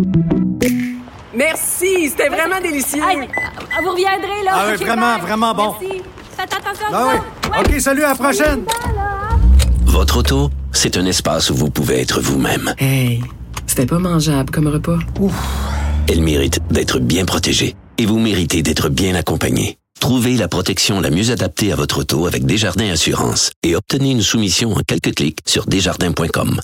Merci, c'était vraiment délicieux. Hey, vous reviendrez, là. Ah oui, Okay, vraiment, bye. vraiment bon. Merci. Faites attention Ah oui. Ouais. OK, salut, à la prochaine. Votre auto, c'est un espace où vous pouvez être vous-même. Hey, c'était pas mangeable comme repas. Elle mérite d'être bien protégée et vous méritez d'être bien accompagné. Trouvez la protection la mieux adaptée à votre auto avec Desjardins Assurance et obtenez une soumission en quelques clics sur desjardins.com.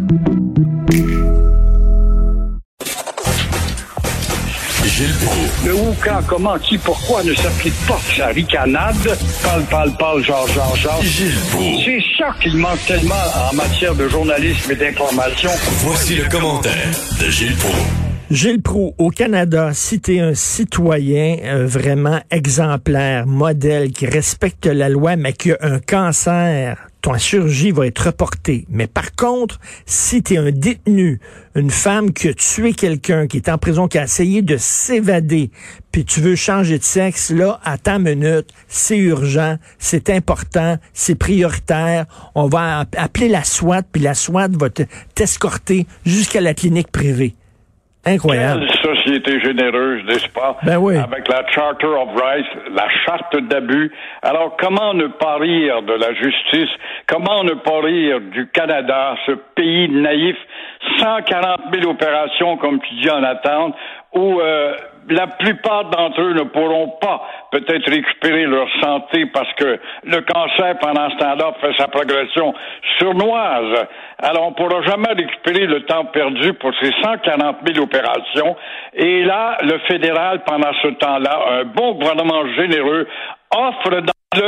Gilles Proulx. Le où, quand, comment, qui, pourquoi ne s'applique pas sa ricanade. Parle, genre. Gilles Proulx. C'est ça qu'il manque tellement en matière de journalisme et d'information. Voici le commentaire de Gilles Proulx. Gilles Proulx, au Canada, si tu es un citoyen vraiment exemplaire, modèle, qui respecte la loi, mais qui a un cancer, ton chirurgie va être reportée. Mais par contre, si tu es un détenu, une femme qui a tué quelqu'un, qui est en prison, qui a essayé de s'évader, puis tu veux changer de sexe, là, attends une minute, c'est urgent, c'est important, c'est prioritaire. On va appeler la SWAT, puis la SWAT va t'escorter jusqu'à la clinique privée. Incroyable. Quelle société généreuse, n'est-ce pas? Ben oui. Avec la Charter of Rights, la charte d'abus. Alors, comment ne pas rire de la justice? Comment ne pas rire du Canada, ce pays naïf? 140 000 opérations, comme tu dis, en attente, où la plupart d'entre eux ne pourront pas peut-être récupérer leur santé parce que le cancer, pendant ce temps-là, fait sa progression sournoise. Alors, on ne pourra jamais récupérer le temps perdu pour ces 140 000 opérations. Et là, le fédéral, pendant ce temps-là, un bon gouvernement généreux, offre dans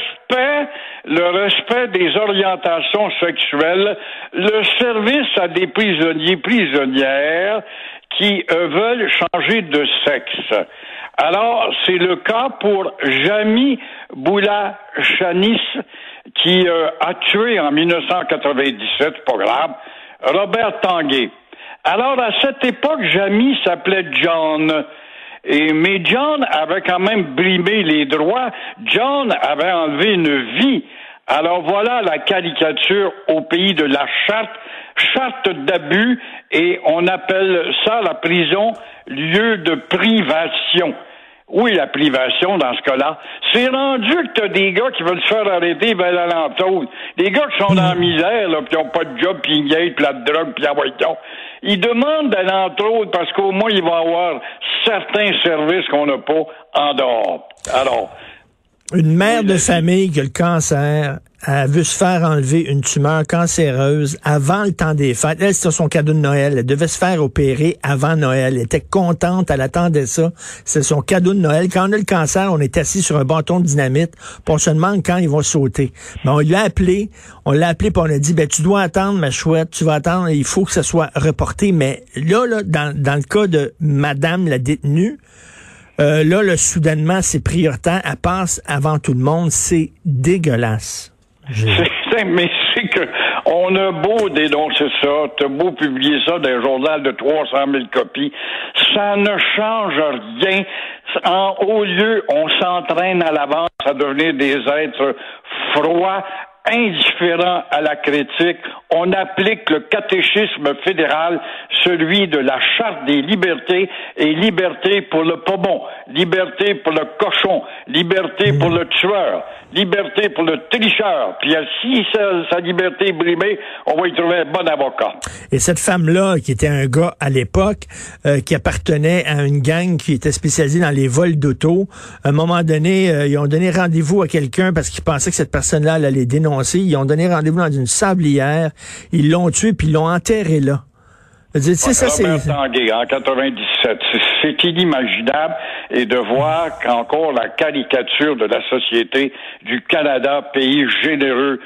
le respect des orientations sexuelles, le service à des prisonnières qui veulent changer de sexe. Alors, c'est le cas pour Jami Boula-Chanis, qui a tué en 1997, c'est pas grave, Robert Tanguay. Alors, à cette époque, Jami s'appelait John. Mais John avait quand même brimé les droits. John avait enlevé une vie. Alors voilà la caricature au pays de la charte d'abus, et on appelle ça la prison lieu de privation. Oui, la privation, dans ce cas-là. C'est rendu que t'as des gars qui veulent se faire arrêter, ben, à l'entour. Des gars qui sont dans la misère, là, pis qui ont pas de job, pis ils gagnent, pis la drogue, pis la voiture. Ils demandent d'aller entre autres parce qu'au moins, ils vont avoir certains services qu'on n'a pas en dehors. Alors. Une mère de famille qui a le cancer, elle veut se faire enlever une tumeur cancéreuse avant le temps des fêtes. Elle, c'était son cadeau de Noël. Elle devait se faire opérer avant Noël. Elle était contente, elle attendait ça. C'est son cadeau de Noël. Quand on a le cancer, on est assis sur un bâton de dynamite, puis on se demande quand ils vont sauter. Mais on l'a appelé, puis on a dit, ben tu dois attendre, ma chouette, tu vas attendre, il faut que ça soit reporté. Mais là, dans le cas de madame la détenue, là, soudainement, c'est prioritaire. Elle passe avant tout le monde. C'est dégueulasse. Mais c'est que on a beau dénoncer ça, t'as beau publier ça dans un journal de 300 000 copies, ça ne change rien. Au lieu, on s'entraîne à l'avance à devenir des êtres froids, indifférent à la critique. On applique le catéchisme fédéral, celui de la charte des libertés, et liberté pour le pas bon, liberté pour le cochon, liberté pour le tueur, liberté pour le tricheur. Puis si sa liberté est brimée, on va y trouver un bon avocat. Et cette femme-là, qui était un gars à l'époque, qui appartenait à une gang qui était spécialisée dans les vols d'auto, à un moment donné, ils ont donné rendez-vous à quelqu'un parce qu'ils pensaient que cette personne-là allait les dénoncer. Ils ont donné rendez-vous dans une sablière, ils l'ont tué puis ils l'ont enterré là. Robert Tanguay, en 97. C'est inimaginable, et de voir qu'encore la caricature de la société du Canada, pays généreux,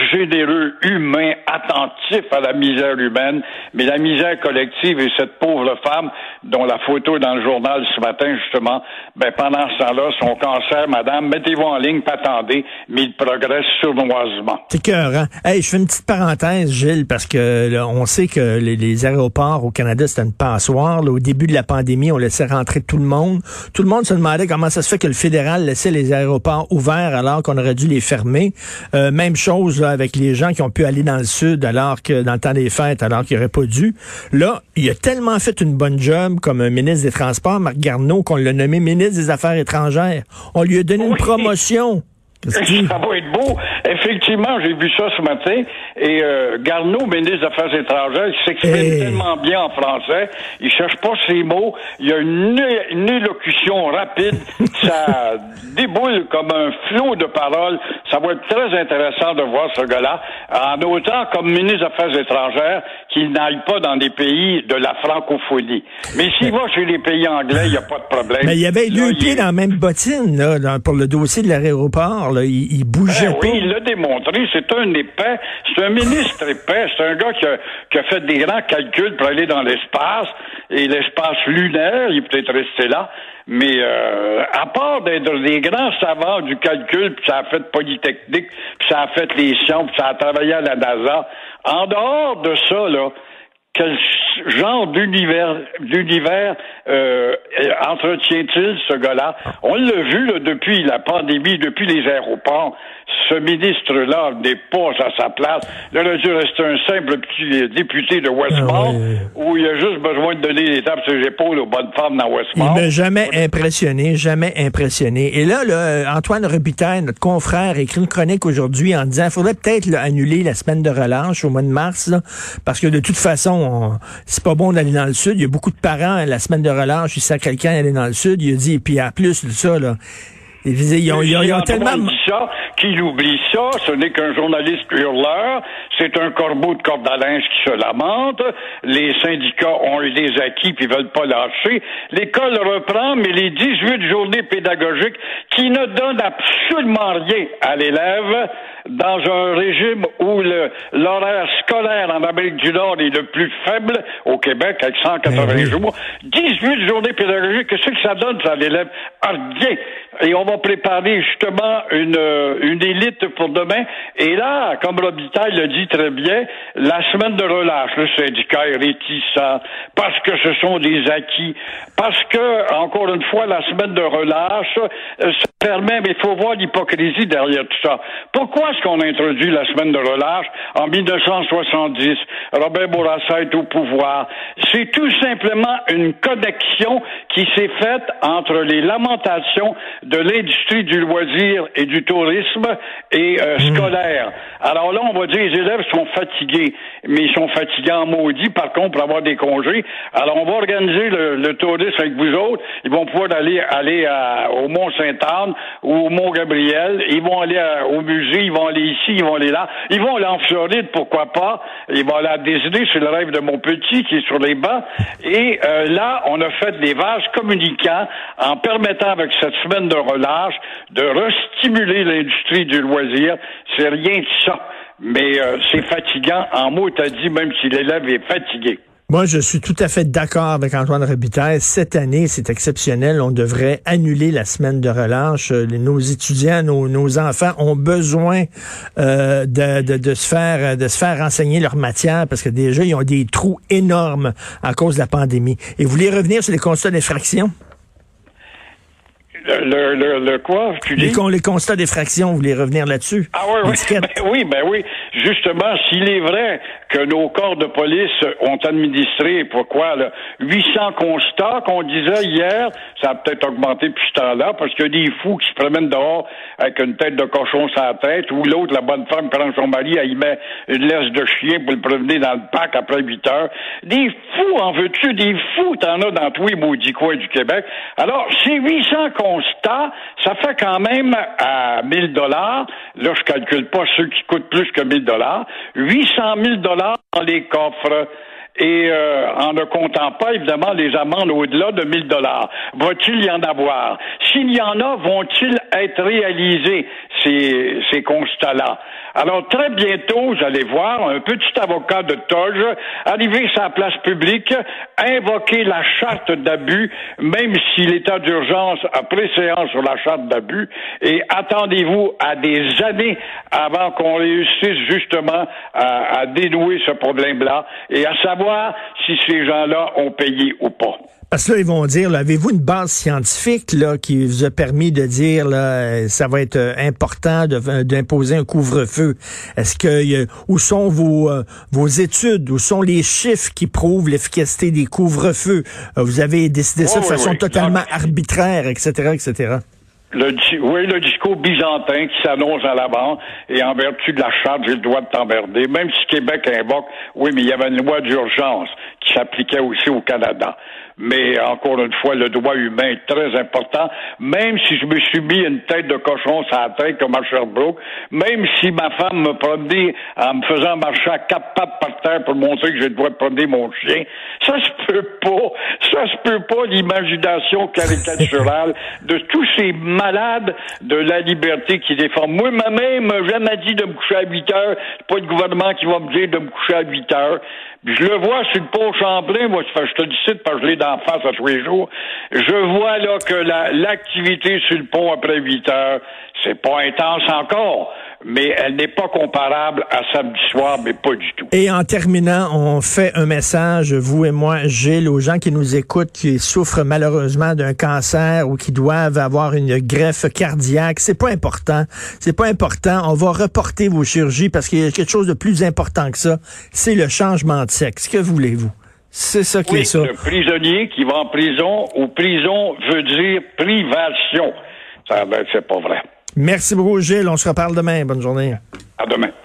humain, attentif à la misère humaine, mais la misère collective, et cette pauvre femme dont la photo est dans le journal ce matin, justement, ben pendant ce temps-là, son cancer, madame, mettez-vous en ligne, pas attendez, mais il progresse sournoisement. C'est écœurant. Hey, je fais une petite parenthèse, Gilles, parce que là, on sait que les aéroports au Canada, c'était une passoire. Là, au début de la pandémie, on laissait rentrer tout le monde. Tout le monde se demandait comment ça se fait que le fédéral laissait les aéroports ouverts alors qu'on aurait dû les fermer. Même chose là, avec les gens qui ont pu aller dans le sud alors que dans le temps des fêtes, alors qu'ils n'auraient pas dû. Là, il a tellement fait une bonne job comme ministre des Transports, Marc Garneau, qu'on l'a nommé ministre des Affaires étrangères. On lui a donné une promotion. Ça va être beau. Effectivement, j'ai vu ça ce matin. Et Garneau, ministre des Affaires étrangères, il s'exprime tellement bien en français. Il cherche pas ses mots. Il y a une élocution rapide. Ça déboule comme un flot de paroles. Ça va être très intéressant de voir ce gars-là. En autant comme ministre des Affaires étrangères qu'il n'aille pas dans des pays de la francophonie. Mais s'il va chez les pays anglais, il n'y a pas de problème. Mais il y avait deux pieds dans la même bottine là, pour le dossier de l'aéroport. Là, il bougeait pas. Oui, il l'a démontré. C'est un épais. C'est un ministre épais. C'est un gars qui a fait des grands calculs pour aller dans l'espace. Et l'espace lunaire, il est peut-être resté là. Mais à part d'être des grands savants du calcul, puis ça a fait Polytechnique, puis ça a fait les sciences, puis ça a travaillé à la NASA, en dehors de ça, là, quel genre d'univers entretient-il, ce gars-là? On l'a vu là, depuis la pandémie, depuis les aéroports. Ce ministre-là n'est pas à sa place. Il aurait dû rester un simple petit député de Westmount, où il a juste besoin de donner les tapes sur les épaules aux bonnes femmes dans Westmount. Il m'a jamais impressionné. Et là, Antoine Robitaille, notre confrère, écrit une chronique aujourd'hui en disant qu'il faudrait peut-être annuler la semaine de relâche au mois de mars, là, parce que de toute façon, c'est pas bon d'aller dans le sud. Il y a beaucoup de parents, la semaine de relâche, ils sacrent quelqu'un d'aller dans le sud. Il a dit, et puis en plus de ça, là, ils ont tellement... Qu'il oublie ça, ce n'est qu'un journaliste hurleur, c'est un corbeau de corde à linge qui se lamente, les syndicats ont eu des acquis puis veulent pas lâcher, l'école reprend, mais les 18 journées pédagogiques qui ne donnent absolument rien à l'élève, dans un régime où l'horaire scolaire en Amérique du Nord est le plus faible au Québec, avec 180 jours. 18 journées pédagogiques, qu'est-ce que ça donne, ça, à l'élève? Rien. Et on va préparer justement une élite pour demain. Et là, comme Robitaille le dit très bien, la semaine de relâche, le syndicat est réticent, parce que ce sont des acquis, parce que, encore une fois, la semaine de relâche, ça permet, mais il faut voir l'hypocrisie derrière tout ça. Pourquoi est-ce qu'on a introduit la semaine de relâche en 1970? Robert Bourassa est au pouvoir. C'est tout simplement une connexion qui s'est faite entre les lamentations de l'industrie du loisir et du tourisme et scolaire. Alors là, on va dire les élèves sont fatigués, mais ils sont fatigués en maudit, par contre, pour avoir des congés. Alors, on va organiser le tourisme avec vous autres. Ils vont pouvoir aller au Mont-Sainte-Anne ou au Mont-Gabriel. Ils vont aller au musée, ils vont aller ici, ils vont aller là. Ils vont aller en Floride, pourquoi pas. Ils vont aller à Disney, c'est le rêve de mon petit qui est sur les bancs. Et là, on a fait des vases communicants en permettant, avec cette semaine de relâche, de restimuler l'industrie du loisir. C'est rien de ça. Mais c'est fatigant, en mots t'as dit, même si l'élève est fatigué. Moi, je suis tout à fait d'accord avec Antoine Robitaille. Cette année, c'est exceptionnel. On devrait annuler la semaine de relâche. Nos étudiants, nos enfants ont besoin de se faire enseigner leur matière parce que déjà, ils ont des trous énormes à cause de la pandémie. Et vous voulez revenir sur les constats d'effraction? Le quoi, tu dis? Les constats d'effraction, vous voulez revenir là-dessus? Ah oui. Ben oui. Justement, s'il est vrai que nos corps de police ont administré, 800 constats qu'on disait hier, ça a peut-être augmenté depuis ce temps-là, parce qu'il y a des fous qui se promènent dehors avec une tête de cochon sur la tête, ou l'autre, la bonne femme, prend son mari, elle y met une laisse de chien pour le promener dans le parc après 8 heures. Des fous, en veux-tu? Des fous, t'en as dans tous les maudits coins du Québec. Alors, ces 800 constats, ça fait quand même à $1,000. Là, je calcule pas ceux qui coûtent plus que $1,000. 800 000 dans les coffres. Et en ne comptant pas, évidemment, les amendes au-delà de $1,000. Va-t-il y en avoir? S'il y en a, vont-ils être réalisés, ces constats-là? Alors, très bientôt, vous allez voir un petit avocat de toge arriver sur la place publique, invoquer la charte d'abus, même si l'état d'urgence a préséance sur la charte d'abus, et attendez-vous à des années avant qu'on réussisse justement à dénouer ce problème-là et à savoir si ces gens-là ont payé ou pas. Parce que là, ils vont dire, là, avez-vous une base scientifique là qui vous a permis de dire là, ça va être important d'imposer un couvre-feu couvre-feu? Est-ce que où sont vos études? Où sont les chiffres qui prouvent l'efficacité des couvre-feux? Vous avez décidé ça de façon totalement arbitraire, etc., etc. Le discours byzantin qui s'annonce à l'avance, et en vertu de la charte, j'ai le droit de t'emmerder. Même si Québec invoque, oui, mais il y avait une loi d'urgence qui s'appliquait aussi au Canada. Mais encore une fois, le droit humain est très important. Même si je me suis mis une tête de cochon sur la tête comme à Sherbrooke, même si ma femme me promenait en me faisant marcher à 4 pattes par terre pour montrer que j'ai le droit de promener mon chien, ça se peut pas l'imagination caricaturale de tous ces malades de la liberté qui défendent. Moi, ma mère m'a jamais dit de me coucher à 8 heures. C'est pas le gouvernement qui va me dire de me coucher à 8 heures. Puis je le vois sur le pont Champlain, moi, je te le cite parce que je l'ai d'en face à tous les jours. Je vois là que l'activité sur le pont après 8 heures, c'est pas intense encore, mais elle n'est pas comparable à samedi soir, mais pas du tout. Et en terminant, on fait un message, vous et moi, Gilles, aux gens qui nous écoutent, qui souffrent malheureusement d'un cancer ou qui doivent avoir une greffe cardiaque. C'est pas important. C'est pas important. On va reporter vos chirurgies parce qu'il y a quelque chose de plus important que ça. C'est le changement de sexe. Que voulez-vous? C'est ça qui est ça. Le prisonnier qui va en prison, ou prison veut dire privation. Ça, c'est pas vrai. Merci beaucoup, Gilles. On se reparle demain. Bonne journée. À demain.